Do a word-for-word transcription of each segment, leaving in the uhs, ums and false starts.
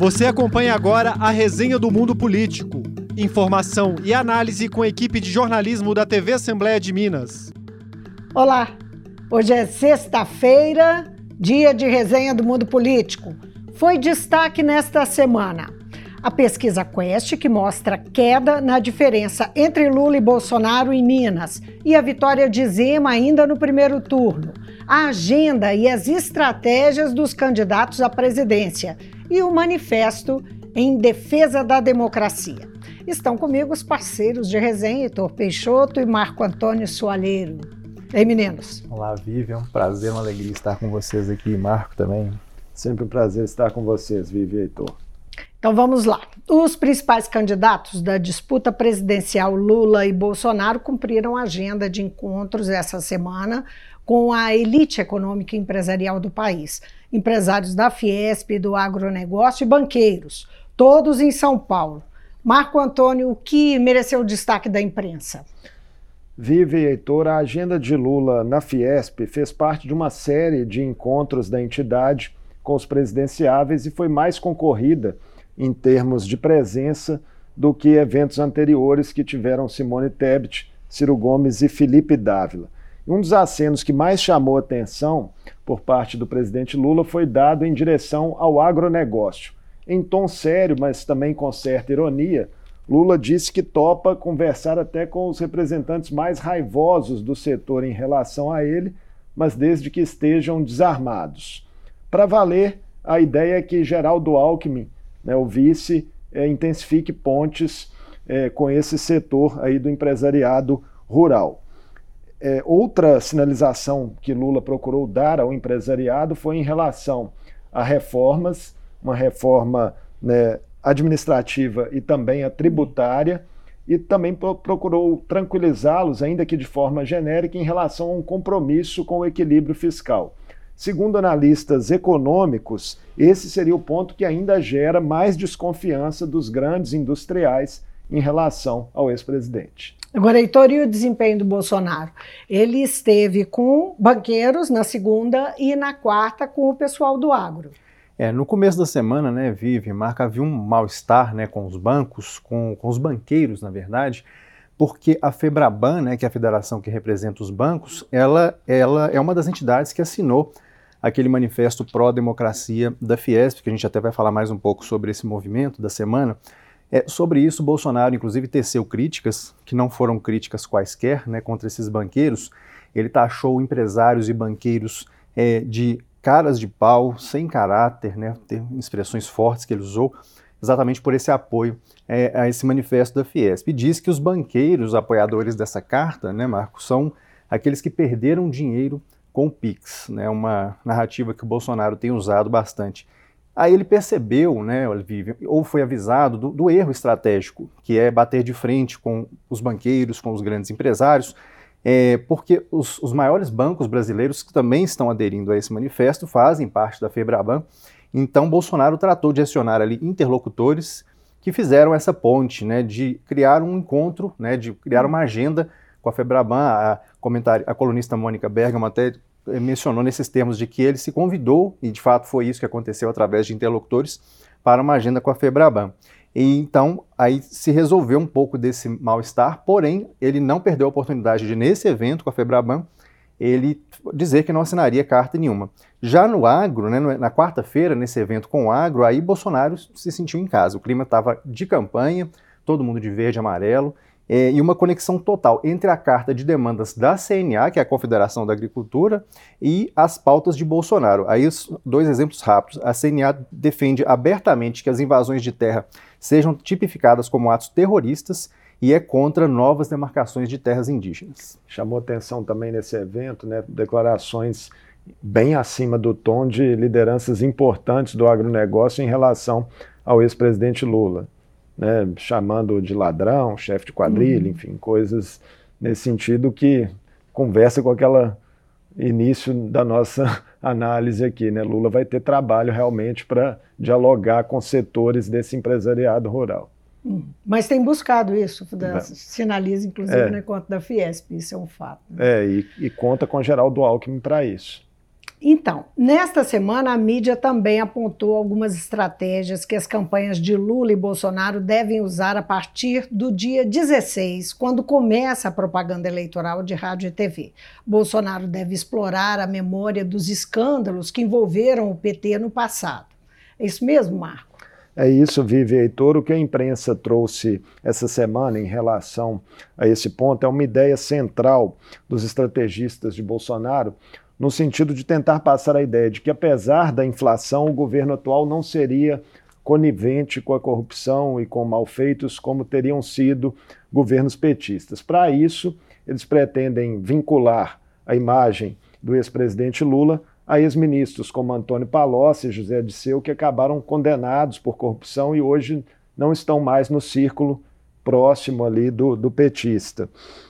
Você acompanha agora a Resenha do Mundo Político. Informação e análise com a equipe de jornalismo da T V Assembleia de Minas. Olá, hoje é sexta-feira, dia de Resenha do Mundo Político. Foi destaque nesta semana a pesquisa Quest, que mostra queda na diferença entre Lula e Bolsonaro em Minas e a vitória de Zema ainda no primeiro turno, a agenda e as estratégias dos candidatos à presidência e o manifesto em defesa da democracia. Estão comigo os parceiros de resenha, Heitor Peixoto e Marco Antônio Soalheiro. Ei, meninos. Olá, Vivi, é um prazer, uma alegria estar com vocês aqui, Marco também. Sempre um prazer estar com vocês, Vivi e Heitor. Então vamos lá. Os principais candidatos da disputa presidencial Lula e Bolsonaro cumpriram a agenda de encontros essa semana com a elite econômica e empresarial do país. Empresários da Fiesp, do agronegócio e banqueiros, todos em São Paulo. Marco Antônio, o que mereceu o destaque da imprensa? Vivi e Heitor, a agenda de Lula na Fiesp fez parte de uma série de encontros da entidade com os presidenciáveis e foi mais concorrida em termos de presença do que eventos anteriores que tiveram Simone Tebet, Ciro Gomes e Felipe Dávila. Um dos acenos que mais chamou atenção por parte do presidente Lula foi dado em direção ao agronegócio. Em tom sério, mas também com certa ironia, Lula disse que topa conversar até com os representantes mais raivosos do setor em relação a ele, mas desde que estejam desarmados. Para valer, a ideia é que Geraldo Alckmin, né, o vice, é, intensifique pontes é, com esse setor aí do empresariado rural. É, outra sinalização que Lula procurou dar ao empresariado foi em relação a reformas, uma reforma, né, administrativa e também a tributária, e também pro- procurou tranquilizá-los, ainda que de forma genérica, em relação a um compromisso com o equilíbrio fiscal. Segundo analistas econômicos, esse seria o ponto que ainda gera mais desconfiança dos grandes industriais em relação ao ex-presidente. Agora, Heitor, e o desempenho do Bolsonaro? Ele esteve com banqueiros na segunda e na quarta com o pessoal do agro. É, no começo da semana, né, Vivi, Marco, havia um mal-estar, né, com os bancos, com, com os banqueiros, na verdade, porque a Febraban, né, que é a federação que representa os bancos, ela, ela é uma das entidades que assinou aquele manifesto pró-democracia da Fiesp, que a gente até vai falar mais um pouco sobre esse movimento da semana. É, sobre isso, Bolsonaro, inclusive, teceu críticas, que não foram críticas quaisquer, né, contra esses banqueiros. Ele taxou empresários e banqueiros é, de caras de pau, sem caráter, né, tem expressões fortes que ele usou, exatamente por esse apoio é, a esse manifesto da Fiesp. E diz que os banqueiros apoiadores dessa carta, né, Marco, são aqueles que perderam dinheiro com o Pix, né, uma narrativa que o Bolsonaro tem usado bastante. Aí ele percebeu, né, ou foi avisado do, do erro estratégico, que é bater de frente com os banqueiros, com os grandes empresários, é, porque os, os maiores bancos brasileiros que também estão aderindo a esse manifesto fazem parte da Febraban. Então Bolsonaro tratou de acionar ali interlocutores que fizeram essa ponte, né, de criar um encontro, né, de criar uma agenda com a Febraban. A, comentário, a colunista Mônica Bergamo até mencionou nesses termos de que ele se convidou, e de fato foi isso que aconteceu através de interlocutores, para uma agenda com a Febraban. E então aí se resolveu um pouco desse mal-estar, porém ele não perdeu a oportunidade de, nesse evento com a Febraban, ele dizer que não assinaria carta nenhuma. Já no agro, né, na quarta-feira, nesse evento com o agro, aí Bolsonaro se sentiu em casa. O clima estava de campanha, todo mundo de verde e amarelo, é, e uma conexão total entre a carta de demandas da C N A, que é a Confederação da Agricultura, e as pautas de Bolsonaro. Aí dois exemplos rápidos. A C N A defende abertamente que as invasões de terra sejam tipificadas como atos terroristas e é contra novas demarcações de terras indígenas. Chamou atenção também nesse evento, né, declarações bem acima do tom de lideranças importantes do agronegócio em relação ao ex-presidente Lula, né, chamando de ladrão, chefe de quadrilha, uhum. enfim, coisas nesse sentido que conversa com aquele início da nossa análise aqui, né? Lula vai ter trabalho realmente para dialogar com setores desse empresariado rural. Hum, mas tem buscado isso, da, sinaliza inclusive é. no encontro da Fiesp, isso é um fato. Né? É, e, e conta com Geraldo Alckmin para isso. Então, nesta semana, a mídia também apontou algumas estratégias que as campanhas de Lula e Bolsonaro devem usar a partir do dia dezesseis, quando começa a propaganda eleitoral de rádio e T V. Bolsonaro deve explorar a memória dos escândalos que envolveram o P T no passado. É isso mesmo, Marco? É isso, Vivi Heitor. O que a imprensa trouxe essa semana em relação a esse ponto é uma ideia central dos estrategistas de Bolsonaro, no sentido de tentar passar a ideia de que, apesar da inflação, o governo atual não seria conivente com a corrupção e com malfeitos como teriam sido governos petistas. Para isso, eles pretendem vincular a imagem do ex-presidente Lula a ex-ministros como Antônio Palocci e José Disseu, que acabaram condenados por corrupção e hoje não estão mais no círculo próximo ali do, do petista.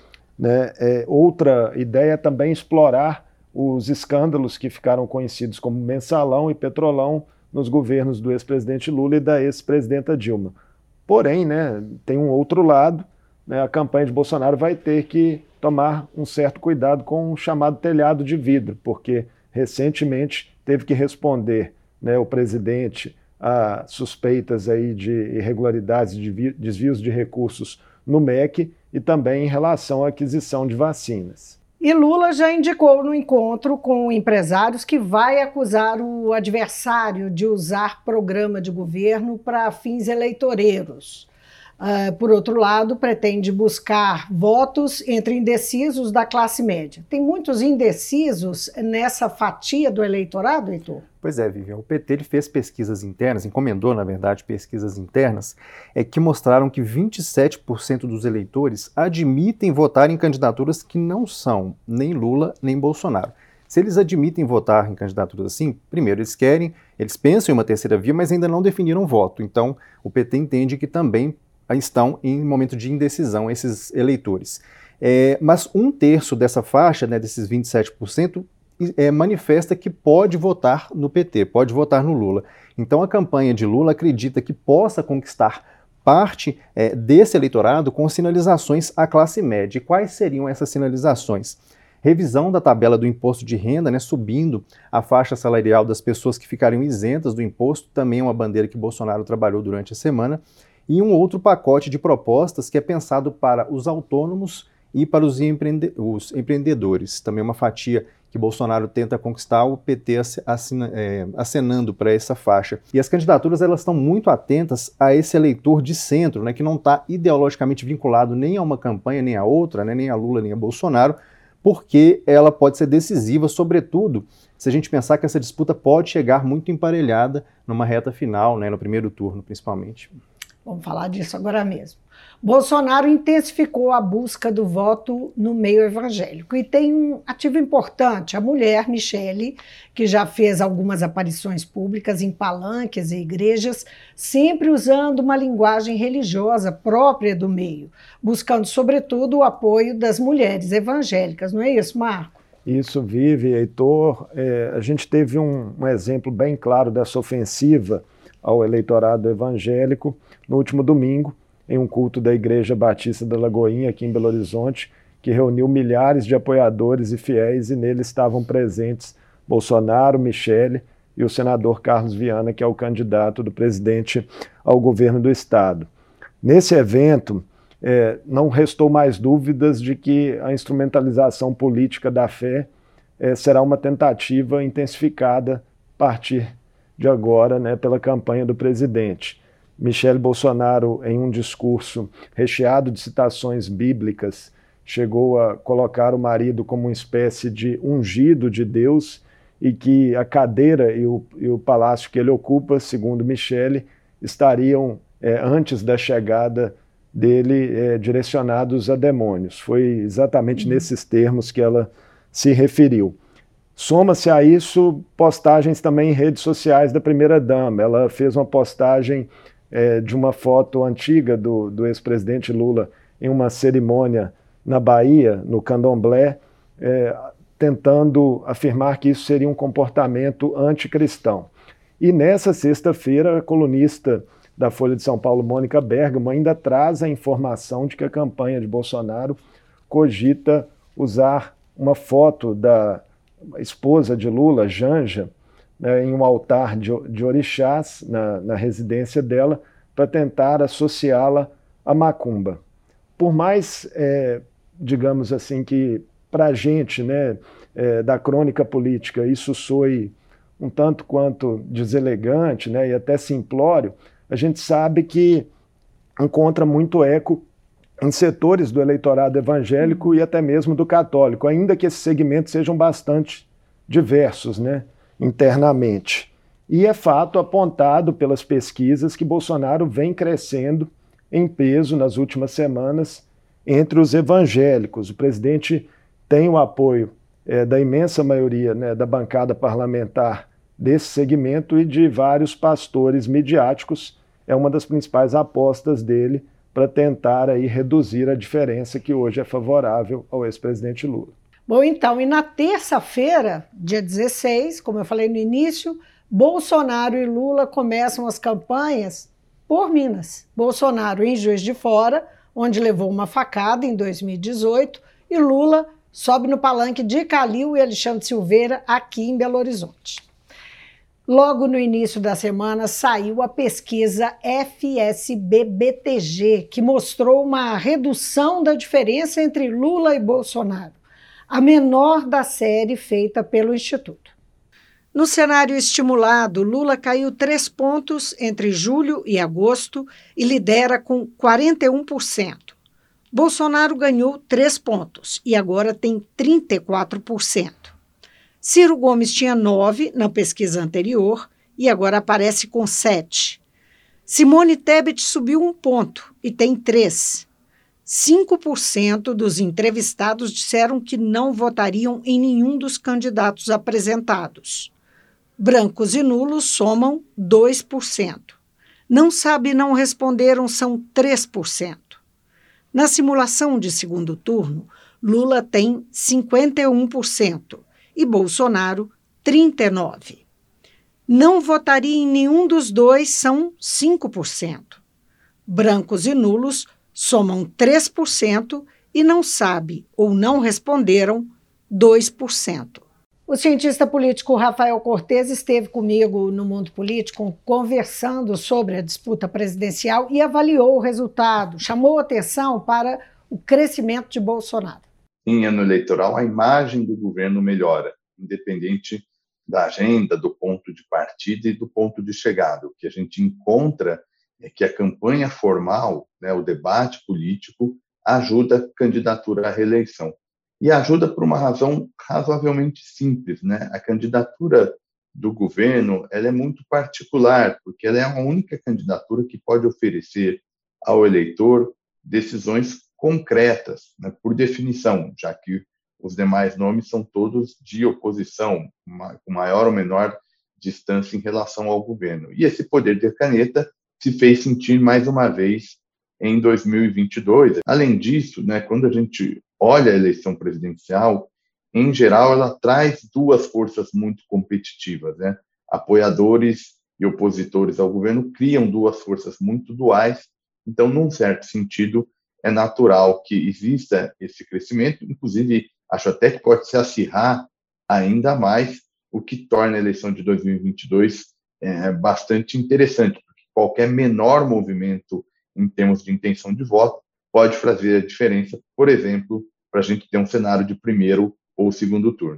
Né? É, outra ideia é também explorar os escândalos que ficaram conhecidos como Mensalão e Petrolão nos governos do ex-presidente Lula e da ex-presidenta Dilma. Porém, né, tem um outro lado, né, a campanha de Bolsonaro vai ter que tomar um certo cuidado com o chamado telhado de vidro, porque recentemente teve que responder, né, o presidente a suspeitas aí de irregularidades, de desvios de recursos no M E C e também em relação à aquisição de vacinas. E Lula já indicou no encontro com empresários que vai acusar o adversário de usar programa de governo para fins eleitoreiros. Uh, por outro lado, pretende buscar votos entre indecisos da classe média. Tem muitos indecisos nessa fatia do eleitorado, Heitor? Pois é, Vivian. O P T ele fez pesquisas internas, encomendou, na verdade, pesquisas internas, é, que mostraram que vinte e sete por cento dos eleitores admitem votar em candidaturas que não são nem Lula nem Bolsonaro. Se eles admitem votar em candidaturas assim, primeiro, eles querem, eles pensam em uma terceira via, mas ainda não definiram voto. Então, o P T entende que também estão em momento de indecisão esses eleitores. É, mas um terço dessa faixa, né, desses vinte e sete por cento, é, manifesta que pode votar no P T, pode votar no Lula. Então a campanha de Lula acredita que possa conquistar parte é, desse eleitorado com sinalizações à classe média. E quais seriam essas sinalizações? Revisão da tabela do imposto de renda, né, subindo a faixa salarial das pessoas que ficariam isentas do imposto, também é uma bandeira que Bolsonaro trabalhou durante a semana. E um outro pacote de propostas que é pensado para os autônomos e para os, empreende os empreendedores. Também uma fatia que Bolsonaro tenta conquistar, o P T assina, é, acenando para essa faixa. E as candidaturas elas estão muito atentas a esse eleitor de centro, né, que não está ideologicamente vinculado nem a uma campanha, nem a outra, né, nem a Lula, nem a Bolsonaro, porque ela pode ser decisiva, sobretudo se a gente pensar que essa disputa pode chegar muito emparelhada numa reta final, né, no primeiro turno, principalmente. Vamos falar disso agora mesmo. Bolsonaro intensificou a busca do voto no meio evangélico e tem um ativo importante, a mulher Michele, que já fez algumas aparições públicas em palanques e igrejas, sempre usando uma linguagem religiosa própria do meio, buscando sobretudo o apoio das mulheres evangélicas, não é isso, Marco? Isso, Vivi, Heitor. É, a gente teve um, um exemplo bem claro dessa ofensiva ao eleitorado evangélico no último domingo, em um culto da Igreja Batista da Lagoinha, aqui em Belo Horizonte, que reuniu milhares de apoiadores e fiéis, e nele estavam presentes Bolsonaro, Michele e o senador Carlos Viana, que é o candidato do presidente ao governo do Estado. Nesse evento, é, não restou mais dúvidas de que a instrumentalização política da fé é, será uma tentativa intensificada a partir de agora, né, pela campanha do presidente. Michele Bolsonaro, em um discurso recheado de citações bíblicas, chegou a colocar o marido como uma espécie de ungido de Deus e que a cadeira e o, e o palácio que ele ocupa, segundo Michele, estariam, é, antes da chegada dele, é, direcionados a demônios. Foi exatamente uhum. nesses termos que ela se referiu. Soma-se a isso postagens também em redes sociais da primeira-dama. Ela fez uma postagem é, de uma foto antiga do, do ex-presidente Lula em uma cerimônia na Bahia, no Candomblé, é, tentando afirmar que isso seria um comportamento anticristão. E nessa sexta-feira, a colunista da Folha de São Paulo, Mônica Bergamo, ainda traz a informação de que a campanha de Bolsonaro cogita usar uma foto da esposa de Lula, Janja, né, em um altar de, de orixás na, na residência dela para tentar associá-la à macumba. Por mais, é, digamos assim, que para a gente, né, é, da crônica política, isso soe um tanto quanto deselegante, né, e até simplório, a gente sabe que encontra muito eco em setores do eleitorado evangélico e até mesmo do católico, ainda que esses segmentos sejam bastante diversos, né, internamente. E é fato apontado pelas pesquisas que Bolsonaro vem crescendo em peso nas últimas semanas entre os evangélicos. O presidente tem o apoio é, da imensa maioria, né, da bancada parlamentar desse segmento e de vários pastores midiáticos. É uma das principais apostas dele para tentar aí reduzir a diferença que hoje é favorável ao ex-presidente Lula. Bom, então, e na terça-feira, dia dezesseis, como eu falei no início, Bolsonaro e Lula começam as campanhas por Minas. Bolsonaro em Juiz de Fora, onde levou uma facada em dois mil e dezoito, e Lula sobe no palanque de Calil e Alexandre Silveira aqui em Belo Horizonte. Logo no início da semana saiu a pesquisa F S B B T G, que mostrou uma redução da diferença entre Lula e Bolsonaro, a menor da série feita pelo Instituto. No cenário estimulado, Lula caiu três pontos entre julho e agosto e lidera com quarenta e um por cento. Bolsonaro ganhou três pontos e agora tem trinta e quatro por cento. Ciro Gomes tinha nove na pesquisa anterior e agora aparece com sete. Simone Tebet subiu um ponto e tem três. cinco por cento dos entrevistados disseram que não votariam em nenhum dos candidatos apresentados. Brancos e nulos somam dois por cento. Não sabe e não responderam são três por cento. Na simulação de segundo turno, Lula tem cinquenta e um por cento e Bolsonaro trinta e nove por cento. Não votaria em nenhum dos dois são cinco por cento. Brancos e nulos somam três por cento e não sabe ou não responderam dois por cento. O cientista político Rafael Cortes esteve comigo no Mundo Político conversando sobre a disputa presidencial e avaliou o resultado, chamou atenção para o crescimento de Bolsonaro. Em ano eleitoral, a imagem do governo melhora, independente da agenda, do ponto de partida e do ponto de chegada. O que a gente encontra é que a campanha formal, né, o debate político, ajuda a candidatura à reeleição. E ajuda por uma razão razoavelmente simples, né? A candidatura do governo ela é muito particular, porque ela é a única candidatura que pode oferecer ao eleitor decisões concretas, né, por definição, já que os demais nomes são todos de oposição, com maior ou menor distância em relação ao governo. E esse poder de caneta se fez sentir mais uma vez em dois mil e vinte e dois. Além disso, né, quando a gente olha a eleição presidencial, em geral, ela traz duas forças muito competitivas, né? Apoiadores e opositores ao governo criam duas forças muito duais, então, num certo sentido, é natural que exista esse crescimento, inclusive, acho até que pode se acirrar ainda mais, o que torna a eleição de dois mil e vinte e dois é, bastante interessante, porque qualquer menor movimento em termos de intenção de voto pode fazer a diferença, por exemplo, para a gente ter um cenário de primeiro ou segundo turno.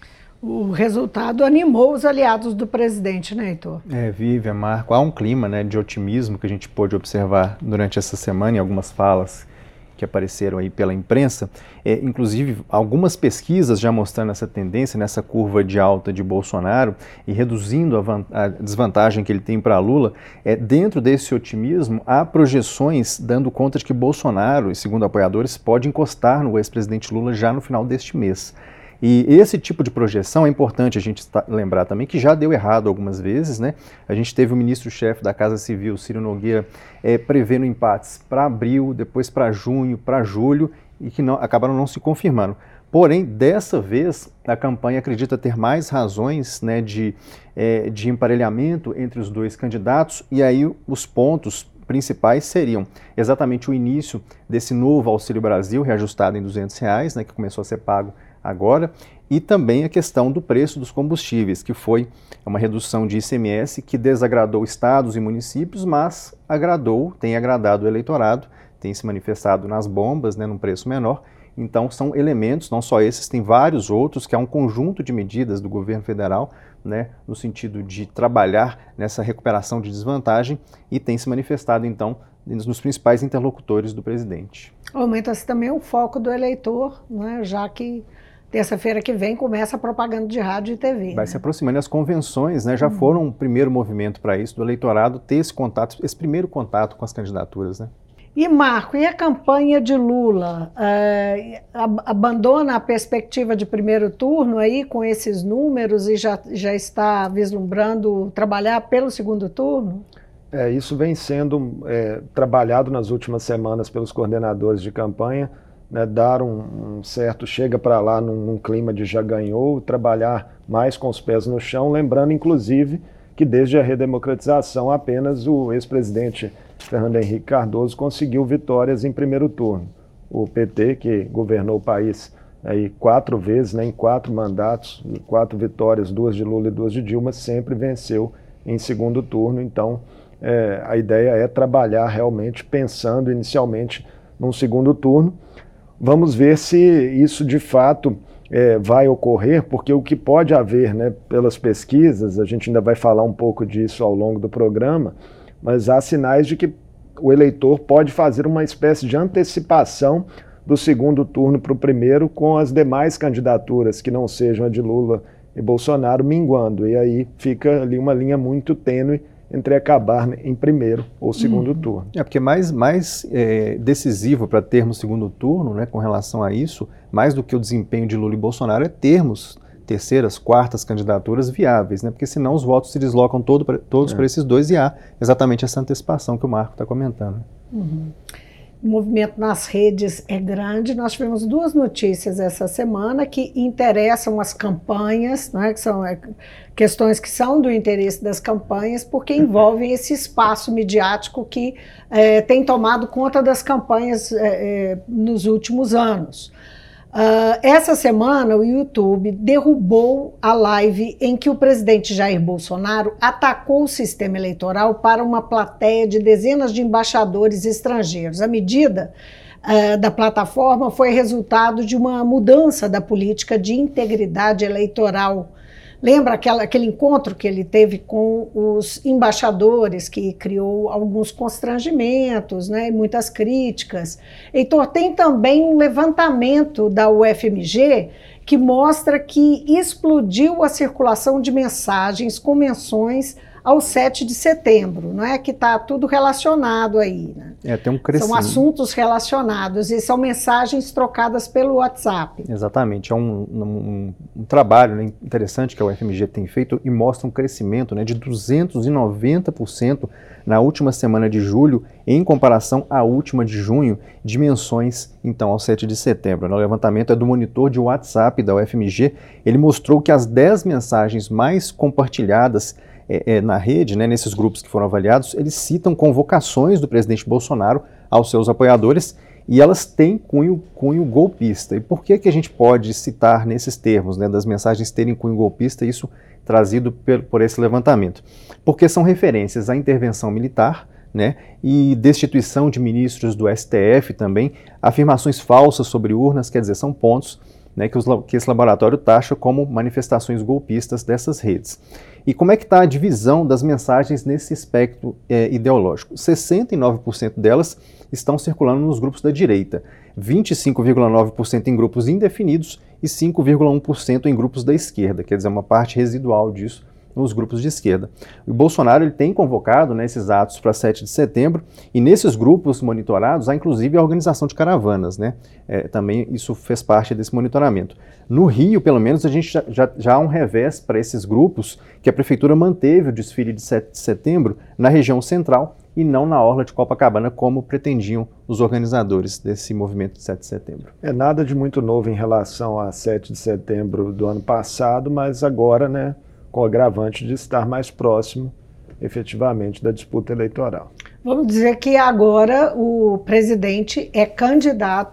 O resultado animou os aliados do presidente, né, Heitor? É, Vivian, Marco, há um clima, né, de otimismo que a gente pôde observar durante essa semana em algumas falas que apareceram aí pela imprensa, é, inclusive algumas pesquisas já mostrando essa tendência, nessa curva de alta de Bolsonaro e reduzindo a, a desvantagem que ele tem para Lula. É, dentro desse otimismo, há projeções dando conta de que Bolsonaro, e segundo apoiadores, pode encostar no ex-presidente Lula já no final deste mês. E esse tipo de projeção é importante a gente lembrar também que já deu errado algumas vezes, né? A gente teve o ministro-chefe da Casa Civil, Ciro Nogueira, é, prevendo empates para abril, depois para junho, para julho, e que não, acabaram não se confirmando. Porém, dessa vez, a campanha acredita ter mais razões, né, de, é, de emparelhamento entre os dois candidatos, e aí os pontos principais seriam exatamente o início desse novo Auxílio Brasil, reajustado em duzentos reais, né, que começou a ser pago agora, e também a questão do preço dos combustíveis, que foi uma redução de I C M S que desagradou estados e municípios, mas agradou, tem agradado o eleitorado, tem se manifestado nas bombas, né, num preço menor. Então são elementos, não só esses, tem vários outros, que é um conjunto de medidas do governo federal, né, no sentido de trabalhar nessa recuperação de desvantagem, e tem se manifestado então nos principais interlocutores do presidente. Aumenta-se também o foco do eleitor, né, já que terça-feira que vem começa a propaganda de rádio e T V. Vai né? se aproximando, e as convenções, né, já uhum. foram um primeiro movimento para isso, do eleitorado ter esse contato, esse primeiro contato com as candidaturas, né? E Marco, e a campanha de Lula? É, abandona a perspectiva de primeiro turno aí com esses números e já, já está vislumbrando trabalhar pelo segundo turno? É, isso vem sendo é, trabalhado nas últimas semanas pelos coordenadores de campanha, né, dar um, um certo chega para lá num, num clima de já ganhou, trabalhar mais com os pés no chão, lembrando inclusive que desde a redemocratização apenas o ex-presidente Fernando Henrique Cardoso conseguiu vitórias em primeiro turno. O P T, que governou o país aí quatro vezes, né, em quatro mandatos, quatro vitórias, duas de Lula e duas de Dilma, sempre venceu em segundo turno. Então, é, a ideia é trabalhar realmente pensando inicialmente num segundo turno. Vamos ver se isso de fato é, vai ocorrer, porque o que pode haver, né, pelas pesquisas, a gente ainda vai falar um pouco disso ao longo do programa, mas há sinais de que o eleitor pode fazer uma espécie de antecipação do segundo turno para o primeiro, com as demais candidaturas que não sejam a de Lula e Bolsonaro minguando. E aí fica ali uma linha muito tênue entre acabar em primeiro ou segundo hum. turno. É, porque mais, mais é, decisivo para termos segundo turno, né, com relação a isso, mais do que o desempenho de Lula e Bolsonaro, é termos terceiras, quartas candidaturas viáveis, né? Porque senão os votos se deslocam todo pra, todos é. para esses dois, e há exatamente essa antecipação que o Marco está comentando. Uhum. O movimento nas redes é grande. Nós tivemos duas notícias essa semana que interessam as campanhas, né? Que são é, questões que são do interesse das campanhas, porque envolvem esse espaço midiático que é, tem tomado conta das campanhas é, é, nos últimos anos. Uh, essa semana o YouTube derrubou a live em que o presidente Jair Bolsonaro atacou o sistema eleitoral para uma plateia de dezenas de embaixadores estrangeiros. A medida uh, da plataforma foi resultado de uma mudança da política de integridade eleitoral. Lembra aquela, aquele encontro que ele teve com os embaixadores, que criou alguns constrangimentos, né, e muitas críticas. Heitor, tem também um levantamento da U F M G que mostra que explodiu a circulação de mensagens com menções ao sete de setembro, não é? Que está tudo relacionado aí, né? É, tem um crescimento. São assuntos relacionados e são mensagens trocadas pelo WhatsApp. Exatamente, é um, um, um trabalho, né, interessante que a U F M G tem feito e mostra um crescimento, né, de duzentos e noventa por cento na última semana de julho em comparação à última de junho, de menções então ao sete de setembro. O levantamento é do monitor de WhatsApp da U F M G, ele mostrou que as dez mensagens mais compartilhadas É, é, na rede, né, nesses grupos que foram avaliados, eles citam convocações do presidente Bolsonaro aos seus apoiadores, e elas têm cunho, cunho golpista. E por que que a gente pode citar nesses termos, né, das mensagens terem cunho golpista, isso trazido por, por esse levantamento? Porque são referências à intervenção militar, né, e destituição de ministros do S T F também, afirmações falsas sobre urnas, quer dizer, são pontos, né, que, os, que esse laboratório taxa como manifestações golpistas dessas redes. E como é que está a divisão das mensagens nesse espectro é, ideológico? sessenta e nove por cento delas estão circulando nos grupos da direita, vinte e cinco vírgula nove por cento em grupos indefinidos e cinco vírgula um por cento em grupos da esquerda, quer dizer, uma parte residual disso nos grupos de esquerda. O Bolsonaro ele tem convocado, né, esses atos para sete de setembro, e nesses grupos monitorados há inclusive a organização de caravanas, né? É, também isso fez parte desse monitoramento. No Rio, pelo menos, a gente já, já, já há um revés para esses grupos, que a prefeitura manteve o desfile de sete de setembro na região central e não na orla de Copacabana, como pretendiam os organizadores desse movimento de sete de setembro. É nada de muito novo em relação a sete de setembro do ano passado, mas agora, né, com o agravante de estar mais próximo, efetivamente, da disputa eleitoral. Vamos dizer que agora o presidente é candidato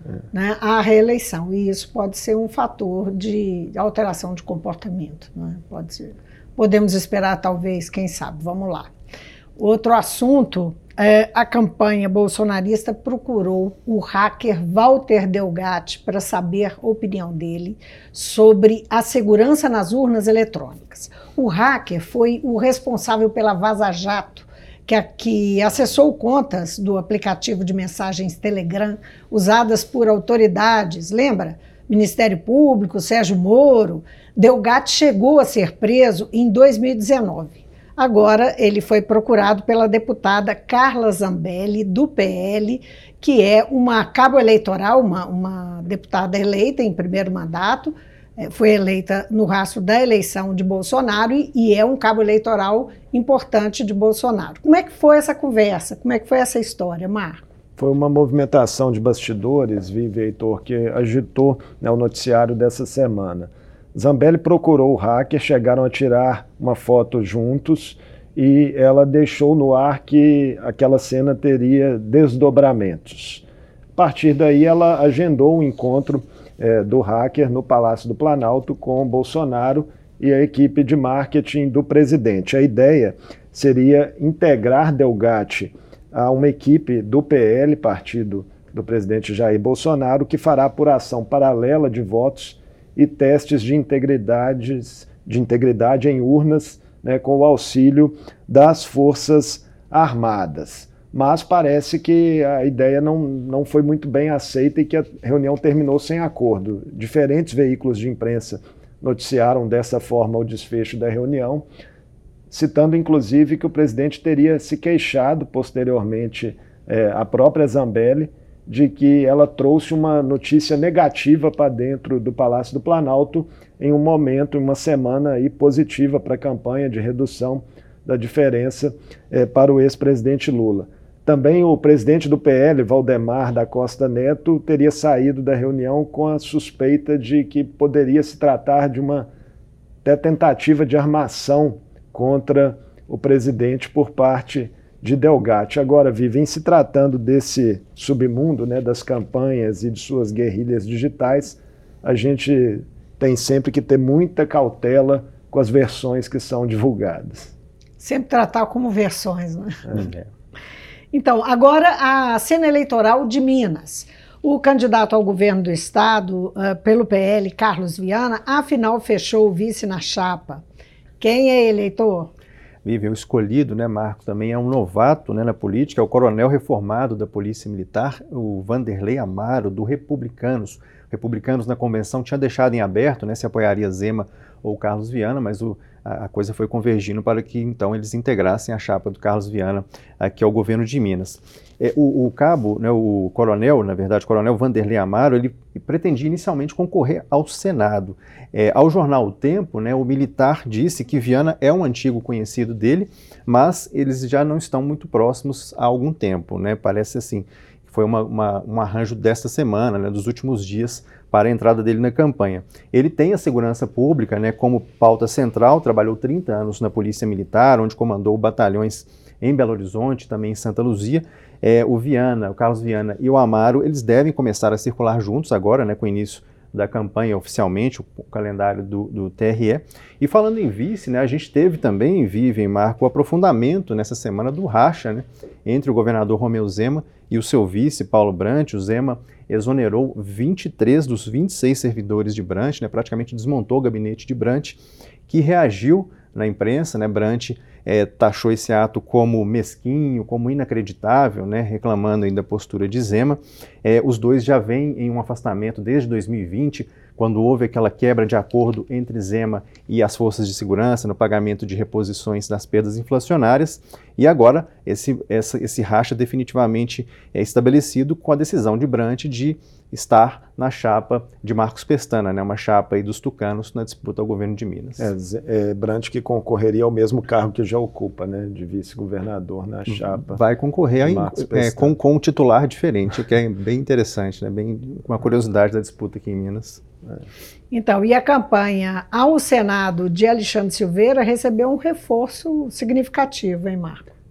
é. né, à reeleição. E isso pode ser um fator de alteração de comportamento. Né? Pode ser. Podemos esperar, talvez, quem sabe. Vamos lá. Outro assunto, é, a campanha bolsonarista procurou o hacker Walter Delgatti para saber a opinião dele sobre a segurança nas urnas eletrônicas. O hacker foi o responsável pela Vaza Jato, que, que acessou contas do aplicativo de mensagens Telegram usadas por autoridades, lembra? Ministério Público, Sérgio Moro. Delgatti chegou a ser preso em dois mil e dezenove. Agora ele foi procurado pela deputada Carla Zambelli, do P L, que é uma cabo eleitoral, uma, uma deputada eleita em primeiro mandato, foi eleita no rastro da eleição de Bolsonaro e, e é um cabo eleitoral importante de Bolsonaro. Como é que foi essa conversa? Como é que foi essa história, Marco? Foi uma movimentação de bastidores, Vivi, Heitor, que agitou, né, o noticiário dessa semana. Zambelli procurou o hacker, chegaram a tirar uma foto juntos e ela deixou no ar que aquela cena teria desdobramentos. A partir daí ela agendou um encontro é, do hacker no Palácio do Planalto com Bolsonaro e a equipe de marketing do presidente. A ideia seria integrar Delgatti a uma equipe do P L, partido do presidente Jair Bolsonaro, que fará apuração paralela de votos e testes de integridade, de integridade em urnas, né, com o auxílio das Forças Armadas. Mas parece que a ideia não, não foi muito bem aceita e que a reunião terminou sem acordo. Diferentes veículos de imprensa noticiaram dessa forma o desfecho da reunião, citando inclusive que o presidente teria se queixado posteriormente é, à própria Zambelli de que ela trouxe uma notícia negativa para dentro do Palácio do Planalto em um momento, em uma semana aí positiva para a campanha de redução da diferença é, para o ex-presidente Lula. Também o presidente do P L, Valdemar da Costa Neto, teria saído da reunião com a suspeita de que poderia se tratar de uma até tentativa de armação contra o presidente por parte de Delgatti. Agora, Vivi, em se tratando desse submundo, né, das campanhas e de suas guerrilhas digitais, a gente tem sempre que ter muita cautela com as versões que são divulgadas. Sempre tratar como versões, né? É. Então, agora a cena eleitoral de Minas. O candidato ao governo do estado, uh, pelo P L, Carlos Viana, afinal fechou o vice na chapa. Quem é eleitor? Vive, o escolhido, né, Marco, também é um novato, né, na política, é o coronel reformado da Polícia Militar, o Vanderlei Amaro, do Republicanos. Republicanos na convenção tinha deixado em aberto, né, se apoiaria Zema ou Carlos Viana, mas o, a, a coisa foi convergindo para que então eles integrassem a chapa do Carlos Viana aqui ao governo de Minas. É, o, o cabo, né, o coronel, na verdade, o coronel Vanderlei Amaro, ele pretendia inicialmente concorrer ao Senado. É, ao jornal O Tempo, né, o militar disse que Viana é um antigo conhecido dele, mas eles já não estão muito próximos há algum tempo, né, parece assim. Foi uma, uma, um arranjo desta semana, né, dos últimos dias, para a entrada dele na campanha. Ele tem a segurança pública, né, como pauta central, trabalhou trinta anos na Polícia Militar, onde comandou batalhões em Belo Horizonte, também em Santa Luzia. É, o Viana, o Carlos Viana e o Amaro, eles devem começar a circular juntos agora, né, com o início da campanha oficialmente, o, o calendário do, do T R E. E falando em vice, né, a gente teve também, Vive, Marco, o aprofundamento nessa semana do racha, né, entre o governador Romeu Zema e o seu vice, Paulo Brant. O Zema exonerou vinte e três dos vinte e seis servidores de Brant, né, praticamente desmontou o gabinete de Brant, que reagiu na imprensa, né, Brant é, taxou esse ato como mesquinho, como inacreditável, né, reclamando ainda a postura de Zema. É, os dois já vêm em um afastamento desde dois mil e vinte, quando houve aquela quebra de acordo entre Zema e as forças de segurança no pagamento de reposições das perdas inflacionárias, e agora esse, essa, esse racha definitivamente é estabelecido com a decisão de Brant de estar na chapa de Marcos Pestana, né, uma chapa aí dos tucanos na disputa ao governo de Minas. É, é Brant que concorreria ao mesmo cargo que já ocupa, né, de vice-governador na chapa. Vai concorrer aí, é, com, com um titular diferente, que é bem interessante, né, bem, uma curiosidade da disputa aqui em Minas. É. Então, e a campanha ao Senado de Alexandre Silveira recebeu um reforço significativo, hein, Marco?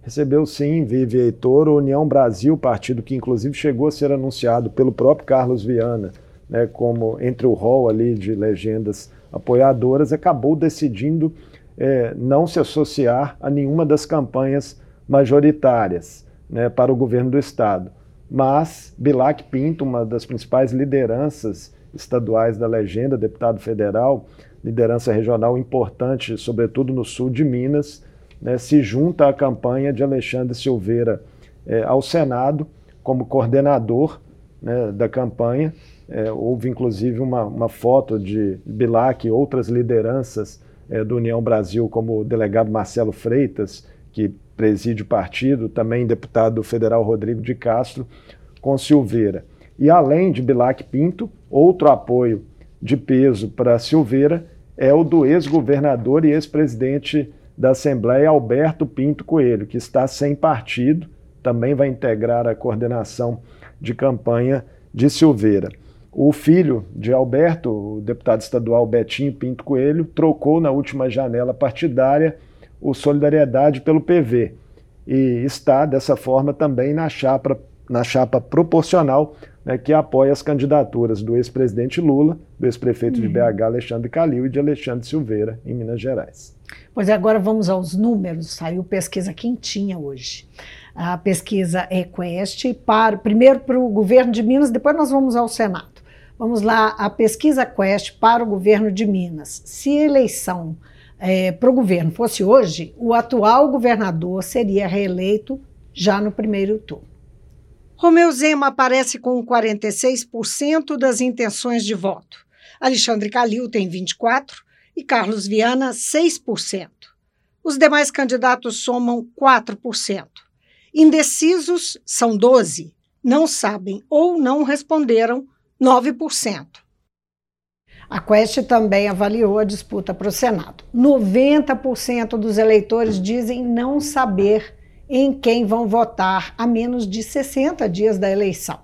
Recebeu sim, Vivi e Heitor, o União Brasil, partido que inclusive chegou a ser anunciado pelo próprio Carlos Viana, né, como entre o rol ali de legendas apoiadoras, acabou decidindo é, não se associar a nenhuma das campanhas majoritárias, né, para o governo do estado. Mas Bilac Pinto, uma das principais lideranças estaduais da legenda, deputado federal, liderança regional importante, sobretudo no sul de Minas, né, se junta à campanha de Alexandre Silveira eh, ao Senado como coordenador, né, da campanha. Eh, houve inclusive uma, uma foto de Bilac e outras lideranças eh, do União Brasil, como o delegado Marcelo Freitas, que preside o partido, também deputado federal Rodrigo de Castro, com Silveira. E além de Bilac Pinto, outro apoio de peso para Silveira é o do ex-governador e ex-presidente da Assembleia, Alberto Pinto Coelho, que está sem partido, também vai integrar a coordenação de campanha de Silveira. O filho de Alberto, o deputado estadual Betinho Pinto Coelho, trocou na última janela partidária o Solidariedade pelo P V e está, dessa forma, também na chapa, na chapa proporcional, né, que apoia as candidaturas do ex-presidente Lula, do ex-prefeito uhum. de B H, Alexandre Calil, e de Alexandre Silveira, em Minas Gerais. Pois é, agora vamos aos números. Saiu pesquisa quentinha hoje. A pesquisa Equest, para, primeiro para o governo de Minas, depois nós vamos ao Senado. Vamos lá, a pesquisa Quest para o governo de Minas. Se a eleição é, para o governo fosse hoje, o atual governador seria reeleito já no primeiro turno. Romeu Zema aparece com quarenta e seis por cento das intenções de voto. Alexandre Calil tem vinte e quatro por cento e Carlos Viana, seis por cento. Os demais candidatos somam quatro por cento. Indecisos são doze por cento. Não sabem ou não responderam, nove por cento. A Quest também avaliou a disputa para o Senado. noventa por cento dos eleitores dizem não saber em quem vão votar a menos de sessenta dias da eleição.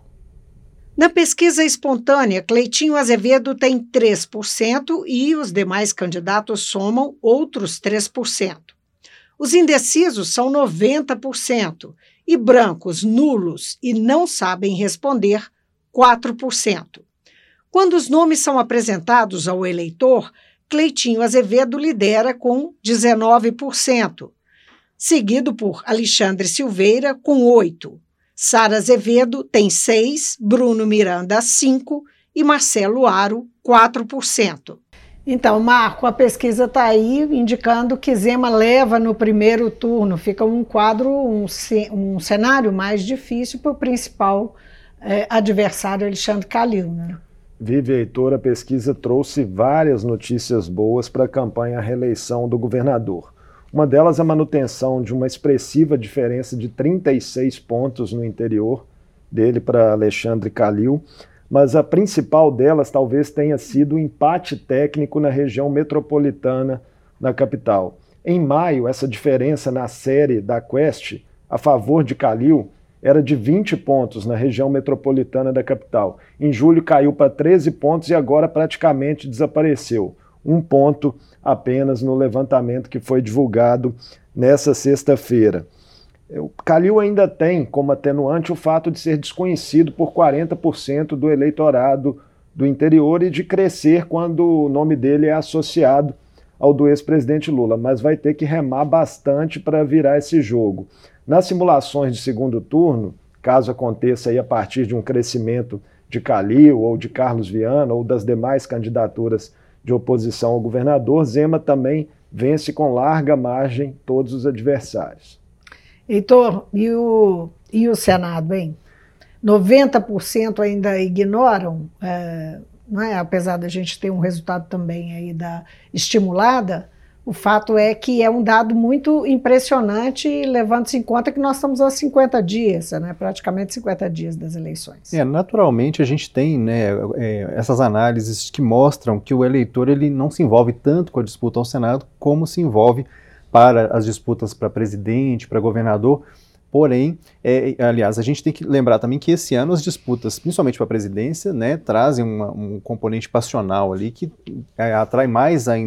Na pesquisa espontânea, Cleitinho Azevedo tem três por cento e os demais candidatos somam outros três por cento. Os indecisos são noventa por cento e brancos, nulos e não sabem responder, quatro por cento. Quando os nomes são apresentados ao eleitor, Cleitinho Azevedo lidera com dezenove por cento, seguido por Alexandre Silveira, com oito por cento. Sara Azevedo tem seis por cento, Bruno Miranda, cinco por cento e Marcelo Aro, quatro por cento. Então, Marco, a pesquisa está aí indicando que Zema leva no primeiro turno. Fica um quadro, um, um cenário mais difícil para o principal eh, adversário, Alexandre Calil, né? Vivi, Heitor, a pesquisa trouxe várias notícias boas para a campanha à reeleição do governador. Uma delas é a manutenção de uma expressiva diferença de trinta e seis pontos no interior dele para Alexandre Calil, mas a principal delas talvez tenha sido o empate técnico na região metropolitana da capital. Em maio, essa diferença na série da Quest a favor de Calil era de vinte pontos na região metropolitana da capital. Em julho caiu para treze pontos e agora praticamente desapareceu. Um ponto apenas no levantamento que foi divulgado nessa sexta-feira. O Calil ainda tem como atenuante o fato de ser desconhecido por quarenta por cento do eleitorado do interior e de crescer quando o nome dele é associado ao do ex-presidente Lula, mas vai ter que remar bastante para virar esse jogo. Nas simulações de segundo turno, caso aconteça aí a partir de um crescimento de Calil ou de Carlos Viana ou das demais candidaturas de oposição ao governador, Zema também vence com larga margem todos os adversários. Heitor, e o, e o Senado, hein? noventa por cento ainda ignoram, é, não é? Apesar da gente ter um resultado também aí da estimulada, o fato é que é um dado muito impressionante, levando-se em conta que nós estamos a cinquenta dias, né? Praticamente cinquenta dias das eleições. É, naturalmente a gente tem, né, é, essas análises que mostram que o eleitor ele não se envolve tanto com a disputa ao Senado como se envolve para as disputas para presidente, para governador. Porém, é, aliás, a gente tem que lembrar também que esse ano as disputas, principalmente para a presidência, né, trazem uma, um componente passional ali que é, atrai mais ainda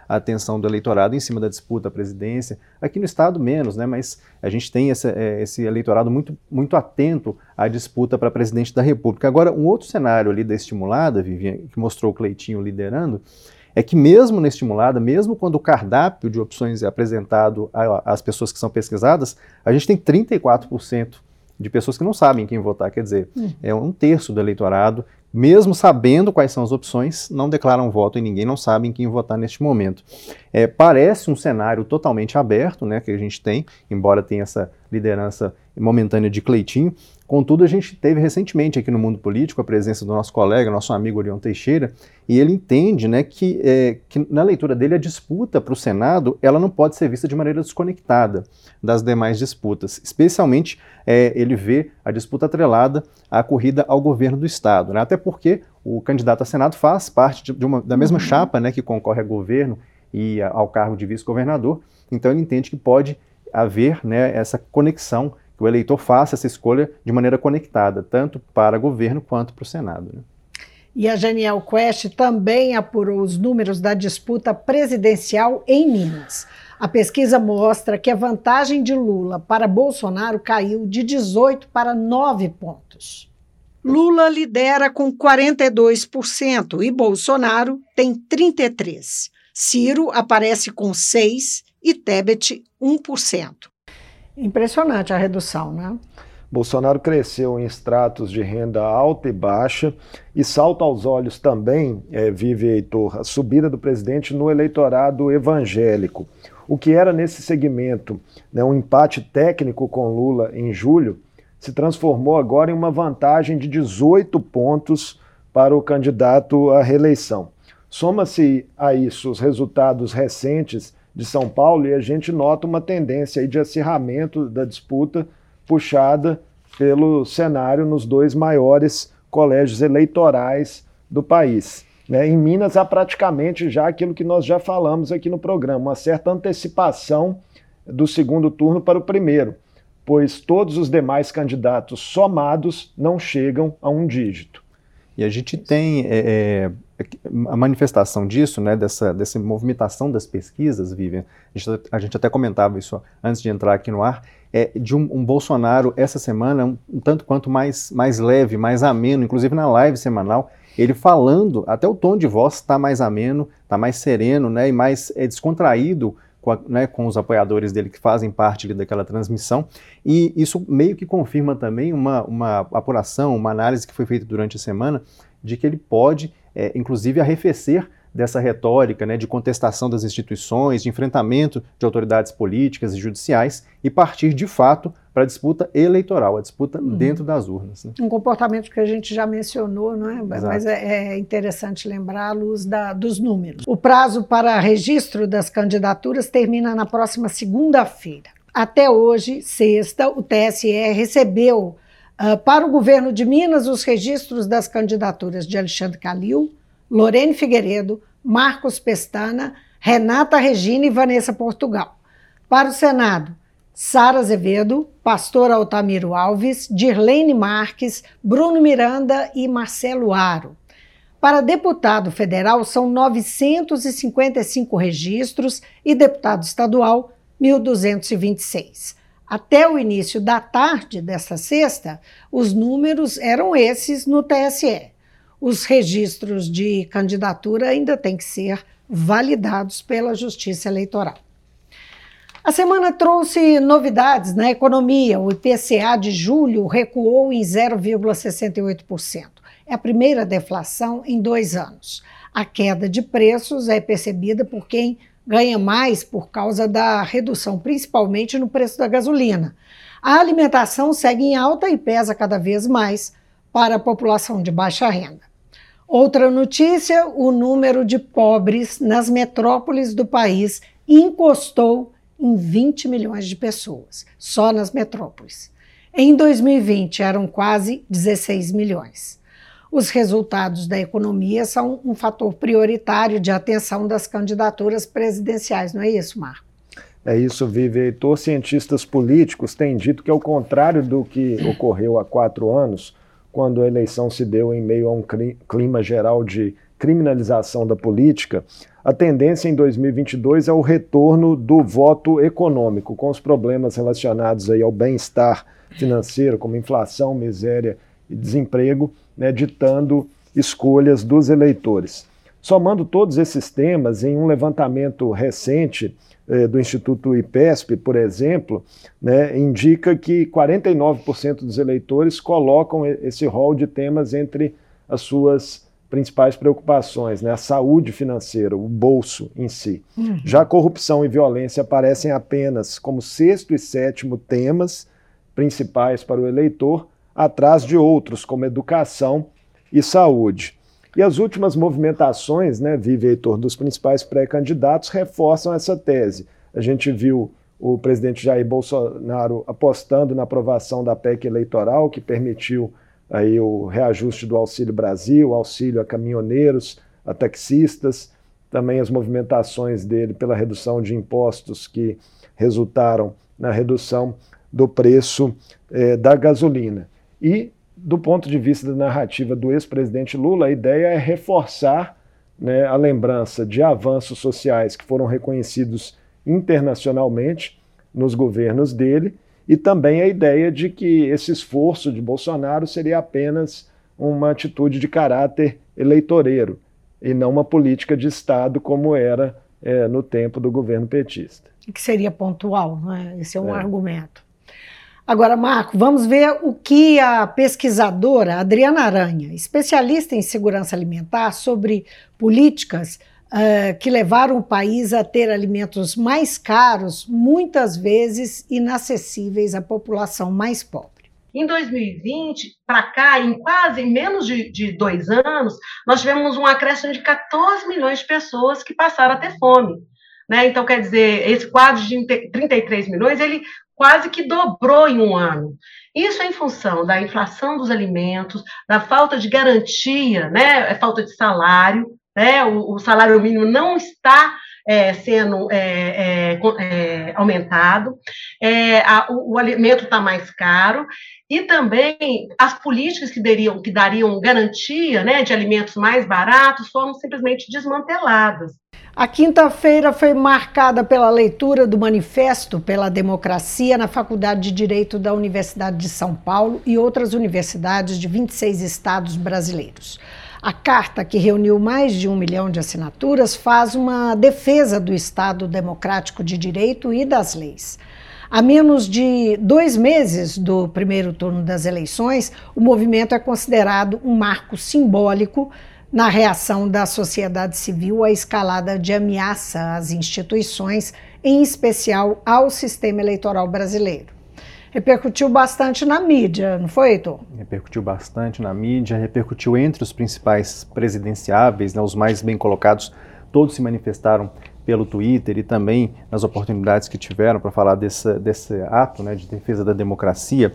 a atenção do eleitorado em cima da disputa à presidência. Aqui no estado menos, né, mas a gente tem esse, esse eleitorado muito, muito atento à disputa para presidente da República. Agora, um outro cenário ali da estimulada, Vivian, que mostrou o Cleitinho liderando, é que mesmo na estimulada, mesmo quando o cardápio de opções é apresentado às pessoas que são pesquisadas, a gente tem trinta e quatro por cento de pessoas que não sabem quem votar, quer dizer, hum. é um terço do eleitorado, mesmo sabendo quais são as opções, não declaram voto em ninguém, não sabem quem votar neste momento. É, parece um cenário totalmente aberto, né, que a gente tem, embora tenha essa liderança momentânea de Cleitinho. Contudo, a gente teve recentemente aqui no Mundo Político a presença do nosso colega, nosso amigo Orion Teixeira, e ele entende, né, que, é, que na leitura dele a disputa para o Senado ela não pode ser vista de maneira desconectada das demais disputas. Especialmente é, ele vê a disputa atrelada à corrida ao governo do Estado, né, até porque o candidato a Senado faz parte de, de uma, da mesma chapa, né, que concorre a governo e a, ao cargo de vice-governador, então ele entende que pode haver, né, essa conexão, que o eleitor faça essa escolha de maneira conectada, tanto para governo quanto para o Senado. Né? E a Genial Quest também apurou os números da disputa presidencial em Minas. A pesquisa mostra que a vantagem de Lula para Bolsonaro caiu de dezoito para nove pontos. Lula lidera com quarenta e dois por cento e Bolsonaro tem trinta e três por cento. Ciro aparece com seis por cento e Tebet um por cento. Impressionante a redução, né? Bolsonaro cresceu em estratos de renda alta e baixa e salta aos olhos também, é, Vive Heitor, a subida do presidente no eleitorado evangélico. O que era nesse segmento, né, um empate técnico com Lula em julho, se transformou agora em uma vantagem de dezoito pontos para o candidato à reeleição. Soma-se a isso os resultados recentes de São Paulo e a gente nota uma tendência aí de acirramento da disputa puxada pelo cenário nos dois maiores colégios eleitorais do país. Né? Em Minas há praticamente já aquilo que nós já falamos aqui no programa, uma certa antecipação do segundo turno para o primeiro, pois todos os demais candidatos somados não chegam a um dígito. E a gente tem é, é, a manifestação disso, né, dessa, dessa movimentação das pesquisas, Vivian, a gente, a gente até comentava isso antes de entrar aqui no ar, é, de um, um Bolsonaro essa semana um, um tanto quanto mais, mais leve, mais ameno, inclusive na live semanal, ele falando, até o tom de voz está mais ameno, está mais sereno, né, e mais é, descontraído com, a, né, com os apoiadores dele que fazem parte ali, daquela transmissão, e isso meio que confirma também uma, uma apuração, uma análise que foi feita durante a semana, de que ele pode, é, inclusive, arrefecer dessa retórica, né, de contestação das instituições, de enfrentamento de autoridades políticas e judiciais, e partir, de fato, para a disputa eleitoral, a disputa uhum. dentro das urnas. Né? Um comportamento que a gente já mencionou, não é? Mas é, é interessante lembrar à luz da, dos números. O prazo para registro das candidaturas termina na próxima segunda-feira. Até hoje, sexta, o T S E recebeu uh, para o governo de Minas os registros das candidaturas de Alexandre Calil, Lorene Figueiredo, Marcos Pestana, Renata Regina e Vanessa Portugal. Para o Senado, Sara Azevedo, Pastor Altamiro Alves, Dirlene Marques, Bruno Miranda e Marcelo Aro. Para deputado federal, são novecentos e cinquenta e cinco registros e deputado estadual, mil duzentos e vinte e seis. Até o início da tarde desta sexta, os números eram esses no T S E. Os registros de candidatura ainda têm que ser validados pela Justiça Eleitoral. A semana trouxe novidades na economia. O I P C A de julho recuou em zero vírgula sessenta e oito por cento. É a primeira deflação em dois anos. A queda de preços é percebida por quem ganha mais por causa da redução, principalmente no preço da gasolina. A alimentação segue em alta e pesa cada vez mais para a população de baixa renda. Outra notícia, o número de pobres nas metrópoles do país encostou em vinte milhões de pessoas, só nas metrópoles. Em dois mil e vinte, eram quase dezesseis milhões. Os resultados da economia são um fator prioritário de atenção das candidaturas presidenciais, não é isso, Marco? É isso, Vive Heitor. Cientistas políticos têm dito que, ao contrário do que ocorreu há quatro anos, quando a eleição se deu em meio a um clima geral de descriminalização da política, a tendência em dois mil e vinte e dois é o retorno do voto econômico, com os problemas relacionados aí ao bem-estar financeiro, como inflação, miséria e desemprego, né, ditando escolhas dos eleitores. Somando todos esses temas, em um levantamento recente eh, do Instituto IPESP, por exemplo, né, indica que quarenta e nove por cento dos eleitores colocam esse rol de temas entre as suas principais preocupações, né, a saúde financeira, o bolso em si. Uhum. Já corrupção e violência aparecem apenas como sexto e sétimo temas principais para o eleitor, atrás de outros, como educação e saúde. E as últimas movimentações, né, Vivi, Heitor, dos principais pré-candidatos reforçam essa tese. A gente viu o presidente Jair Bolsonaro apostando na aprovação da P E C eleitoral, que permitiu aí o reajuste do Auxílio Brasil, auxílio a caminhoneiros, a taxistas, também as movimentações dele pela redução de impostos que resultaram na redução do preço eh, da gasolina. E do ponto de vista da narrativa do ex-presidente Lula, a ideia é reforçar, né, a lembrança de avanços sociais que foram reconhecidos internacionalmente nos governos dele, e também a ideia de que esse esforço de Bolsonaro seria apenas uma atitude de caráter eleitoreiro e não uma política de Estado como era é, no tempo do governo petista. Que seria pontual, né? Esse é um é. argumento. Agora, Marco, vamos ver o que a pesquisadora Adriana Aranha, especialista em segurança alimentar, sobre políticas uh, que levaram o país a ter alimentos mais caros, muitas vezes inacessíveis à população mais pobre. Em dois mil e vinte, para cá, em quase em menos de, de dois anos, nós tivemos um acréscimo de quatorze milhões de pessoas que passaram a ter fome. Né? Então, quer dizer, esse quadro de trinta e três milhões, ele quase que dobrou em um ano. Isso é em função da inflação dos alimentos, da falta de garantia, né? Falta de salário, né? O, o salário mínimo não está é, sendo é, é, é, aumentado, é, a, o, o alimento está mais caro, e também as políticas que dariam, que dariam garantia, né, de alimentos mais baratos foram simplesmente desmanteladas. A quinta-feira foi marcada pela leitura do Manifesto pela Democracia na Faculdade de Direito da Universidade de São Paulo e outras universidades de vinte e seis estados brasileiros. A carta, que reuniu mais de um milhão de assinaturas, faz uma defesa do Estado democrático de direito e das leis. A menos de dois meses do primeiro turno das eleições, o movimento é considerado um marco simbólico na reação da sociedade civil à escalada de ameaça às instituições, em especial ao sistema eleitoral brasileiro. Repercutiu bastante na mídia, não foi, Heitor? Repercutiu bastante na mídia, repercutiu entre os principais presidenciáveis, né, os mais bem colocados, todos se manifestaram pelo Twitter e também nas oportunidades que tiveram para falar desse, desse ato, né, de defesa da democracia.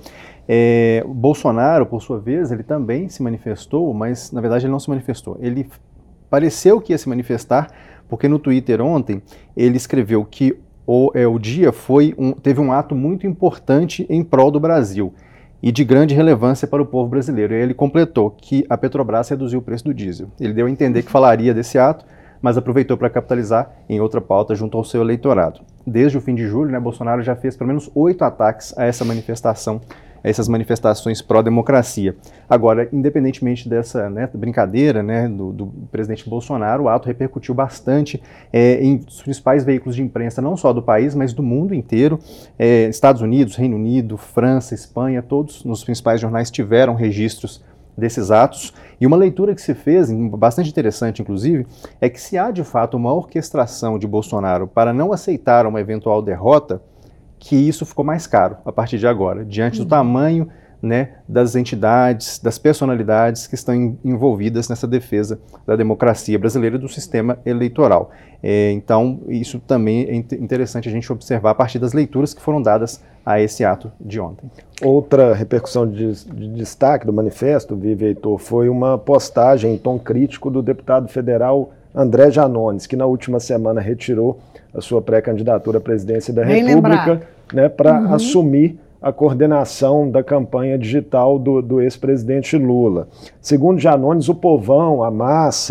É, o Bolsonaro, por sua vez, ele também se manifestou, mas na verdade ele não se manifestou. Ele pareceu que ia se manifestar, porque no Twitter ontem ele escreveu que o, é, o dia foi um, teve um ato muito importante em prol do Brasil e de grande relevância para o povo brasileiro. E aí ele completou que a Petrobras reduziu o preço do diesel. Ele deu a entender que falaria desse ato, mas aproveitou para capitalizar em outra pauta junto ao seu eleitorado. Desde o fim de julho, né, Bolsonaro já fez pelo menos oito ataques a essa manifestação, a essas manifestações pró-democracia. Agora, independentemente dessa, né, brincadeira, né, do, do presidente Bolsonaro, o ato repercutiu bastante é, em os principais veículos de imprensa, não só do país, mas do mundo inteiro. É, Estados Unidos, Reino Unido, França, Espanha, todos nos principais jornais tiveram registros desses atos, e uma leitura que se fez, bastante interessante inclusive, é que se há de fato uma orquestração de Bolsonaro para não aceitar uma eventual derrota, que isso ficou mais caro a partir de agora, diante do tamanho, né, das entidades, das personalidades que estão em, envolvidas nessa defesa da democracia brasileira e do sistema eleitoral. É, então, isso também é interessante a gente observar a partir das leituras que foram dadas a esse ato de ontem. Outra repercussão de, de destaque do manifesto, Vivi, Heitor, foi uma postagem em tom crítico do deputado federal André Janones, que na última semana retirou a sua pré-candidatura à presidência da Bem República, né, para uhum. assumir a coordenação da campanha digital do, do ex-presidente Lula. Segundo Janones, o povão, a massa,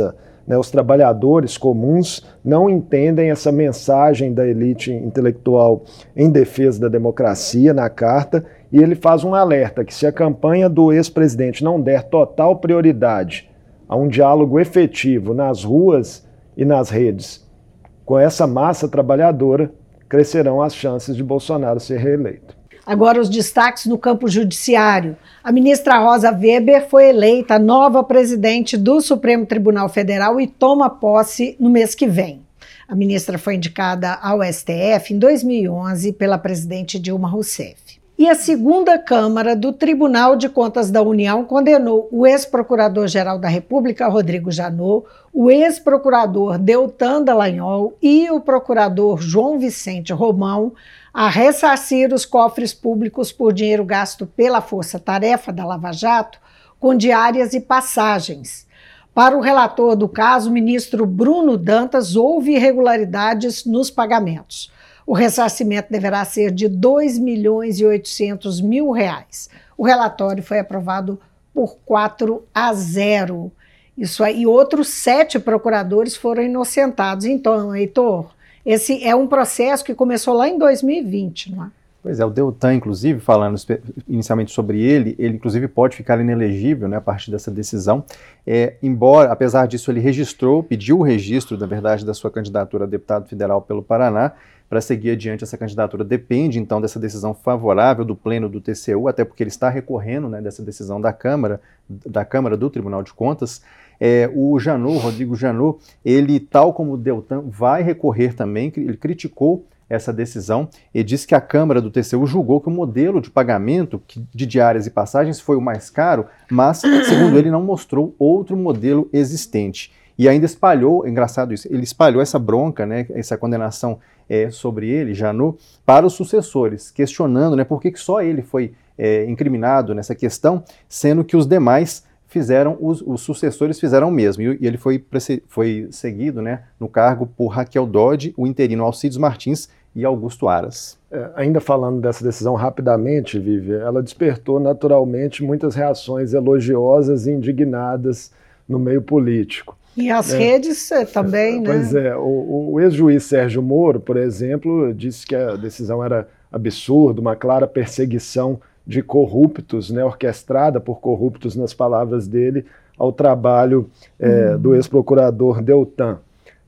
né? Os trabalhadores comuns não entendem essa mensagem da elite intelectual em defesa da democracia na carta, e ele faz um alerta que se a campanha do ex-presidente não der total prioridade a um diálogo efetivo nas ruas e nas redes com essa massa trabalhadora, crescerão as chances de Bolsonaro ser reeleito. Agora os destaques no campo judiciário. A ministra Rosa Weber foi eleita nova presidente do Supremo Tribunal Federal e toma posse no mês que vem. A ministra foi indicada ao S T F em dois mil e onze pela presidente Dilma Rousseff. E a segunda Câmara do Tribunal de Contas da União condenou o ex-procurador-geral da República, Rodrigo Janot, o ex-procurador Deltan Dallagnol e o procurador João Vicente Romão a ressarcir os cofres públicos por dinheiro gasto pela força-tarefa da Lava Jato com diárias e passagens. Para o relator do caso, o ministro Bruno Dantas, houve irregularidades nos pagamentos. O ressarcimento deverá ser de dois milhões e oitocentos mil reais. O relatório foi aprovado por quatro a zero. Isso aí, e outros sete procuradores foram inocentados. Então, Heitor, esse é um processo que começou lá em dois mil e vinte, não é? Pois é, o Deltan, inclusive, falando inicialmente sobre ele, ele inclusive pode ficar inelegível, né, a partir dessa decisão, é, embora, apesar disso, ele registrou, pediu o registro, na verdade, da sua candidatura a deputado federal pelo Paraná. Para seguir adiante essa candidatura depende, então, dessa decisão favorável do Pleno do T C U, até porque ele está recorrendo, né, dessa decisão da Câmara, da Câmara do Tribunal de Contas. É, o Janot, Rodrigo Janot, ele, tal como o Deltan, vai recorrer também, ele criticou essa decisão e disse que a Câmara do T C U julgou que o modelo de pagamento de diárias e passagens foi o mais caro, mas, segundo ele, não mostrou outro modelo existente. E ainda espalhou, é engraçado isso, ele espalhou essa bronca, né, essa condenação é, sobre ele, Janot, para os sucessores, questionando, né, por que, que só ele foi é, incriminado nessa questão, sendo que os demais fizeram, os, os sucessores fizeram o mesmo. E, e ele foi, foi seguido, né, no cargo por Raquel Dodge, o interino Alcides Martins e Augusto Aras. É, ainda falando dessa decisão rapidamente, Vivi, ela despertou naturalmente muitas reações elogiosas e indignadas no meio político. E as é. redes também, né? Pois é, o, o ex-juiz Sérgio Moro, por exemplo, disse que a decisão era absurda, uma clara perseguição de corruptos, né, orquestrada por corruptos, nas palavras dele, ao trabalho é, hum. do ex-procurador Deltan.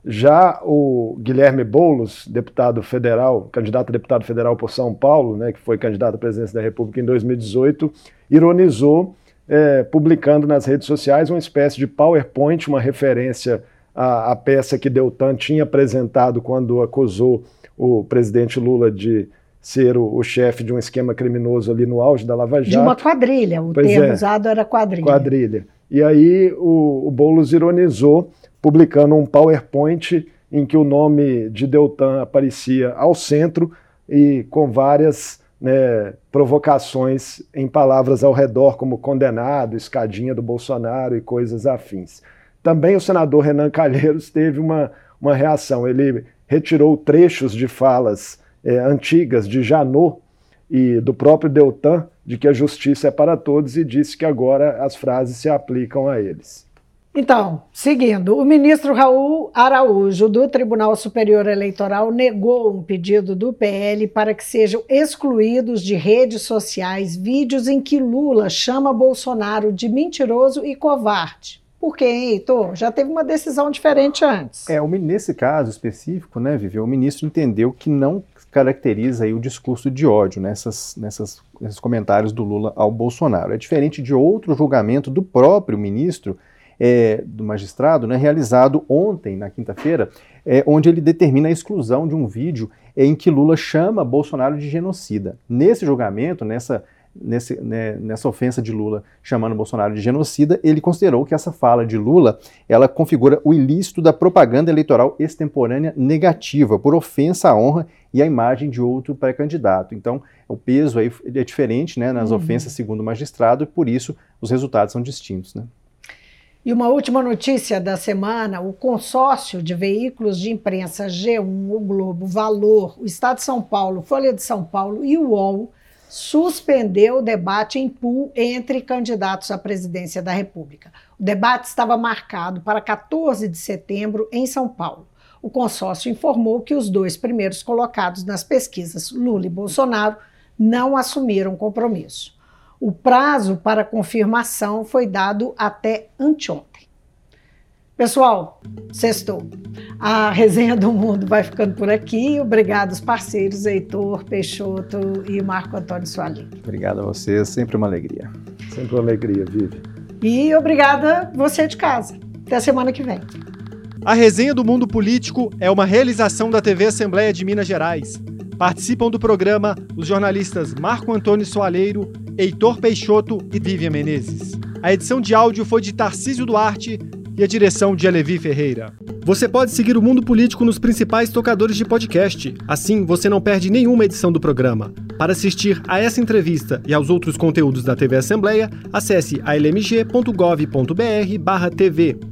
Já o Guilherme Boulos, deputado federal, candidato a deputado federal por São Paulo, né, que foi candidato à presidência da República em dois mil e dezoito, ironizou, É, publicando nas redes sociais uma espécie de PowerPoint, uma referência à, à peça que Deltan tinha apresentado quando acusou o presidente Lula de ser o, o chefe de um esquema criminoso ali no auge da Lava Jato. De uma quadrilha, o pois termo é, usado era quadrilha. Quadrilha. E aí o, o Boulos ironizou, publicando um PowerPoint em que o nome de Deltan aparecia ao centro e com várias Né, provocações em palavras ao redor, como condenado, escadinha do Bolsonaro e coisas afins. Também o senador Renan Calheiros teve uma, uma reação. Ele retirou trechos de falas é, antigas de Janot e do próprio Deltan, de que a justiça é para todos, e disse que agora as frases se aplicam a eles. Então, seguindo, o ministro Raul Araújo, do Tribunal Superior Eleitoral, negou um pedido do P L para que sejam excluídos de redes sociais vídeos em que Lula chama Bolsonaro de mentiroso e covarde. Por quê, hein, Heitor? Já teve uma decisão diferente antes. É, nesse caso específico, né, Vivi, o ministro entendeu que não caracteriza aí o discurso de ódio nessas, nessas, nesses comentários do Lula ao Bolsonaro. É diferente de outro julgamento do próprio ministro, É, do magistrado, né, realizado ontem, na quinta-feira, é, onde ele determina a exclusão de um vídeo é, em que Lula chama Bolsonaro de genocida. Nesse julgamento, nessa, nesse, né, nessa ofensa de Lula chamando Bolsonaro de genocida, ele considerou que essa fala de Lula, ela configura o ilícito da propaganda eleitoral extemporânea negativa, por ofensa à honra e à imagem de outro pré-candidato. Então, o peso aí é diferente, né, nas uhum. ofensas, segundo o magistrado, e por isso os resultados são distintos, né? E uma última notícia da semana: o consórcio de veículos de imprensa G um, o Globo, Valor, o Estado de São Paulo, Folha de São Paulo e o U O L suspendeu o debate em pool entre candidatos à presidência da República. O debate estava marcado para quatorze de setembro em São Paulo. O consórcio informou que os dois primeiros colocados nas pesquisas, Lula e Bolsonaro, não assumiram compromisso. O prazo para confirmação foi dado até anteontem. Pessoal, sextou. A Resenha do Mundo vai ficando por aqui. Obrigado aos parceiros Heitor Peixoto e Marco Antônio Soalim. Obrigado a você, sempre uma alegria. Sempre uma alegria, Vivi. E obrigada você de casa. Até a semana que vem. A Resenha do Mundo Político é uma realização da T V Assembleia de Minas Gerais. Participam do programa os jornalistas Marco Antônio Soaleiro, Heitor Peixoto e Vivian Menezes. A edição de áudio foi de Tarcísio Duarte e a direção de Alevi Ferreira. Você pode seguir o Mundo Político nos principais tocadores de podcast. Assim, você não perde nenhuma edição do programa. Para assistir a essa entrevista e aos outros conteúdos da T V Assembleia, acesse a l m g ponto gov ponto b r barra T V.